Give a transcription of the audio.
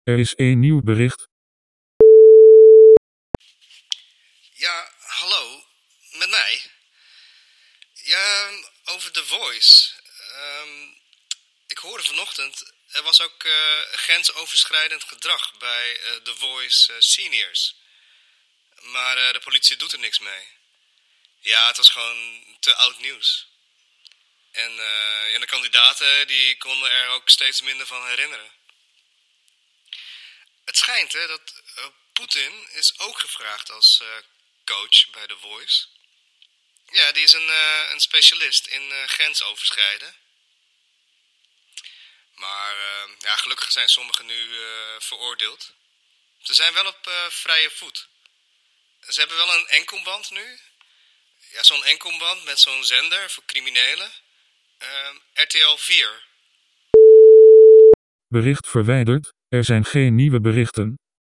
Er is één nieuw bericht. Ja, hallo, met mij. Ja, over The Voice. Ik hoorde vanochtend, er was ook grensoverschrijdend gedrag bij The Voice Seniors. Maar de politie doet er niks mee. Ja, het was gewoon te oud nieuws. En de kandidaten die konden er ook steeds minder van herinneren. Het schijnt dat Poetin is ook gevraagd als coach bij The Voice. Ja, die is een specialist in grensoverschrijden. Maar ja, gelukkig zijn sommigen nu veroordeeld. Ze zijn wel op vrije voet. Ze hebben wel een enkelband nu. Ja, zo'n enkelband met zo'n zender voor criminelen. RTL 4. Bericht verwijderd. Er zijn geen nieuwe berichten.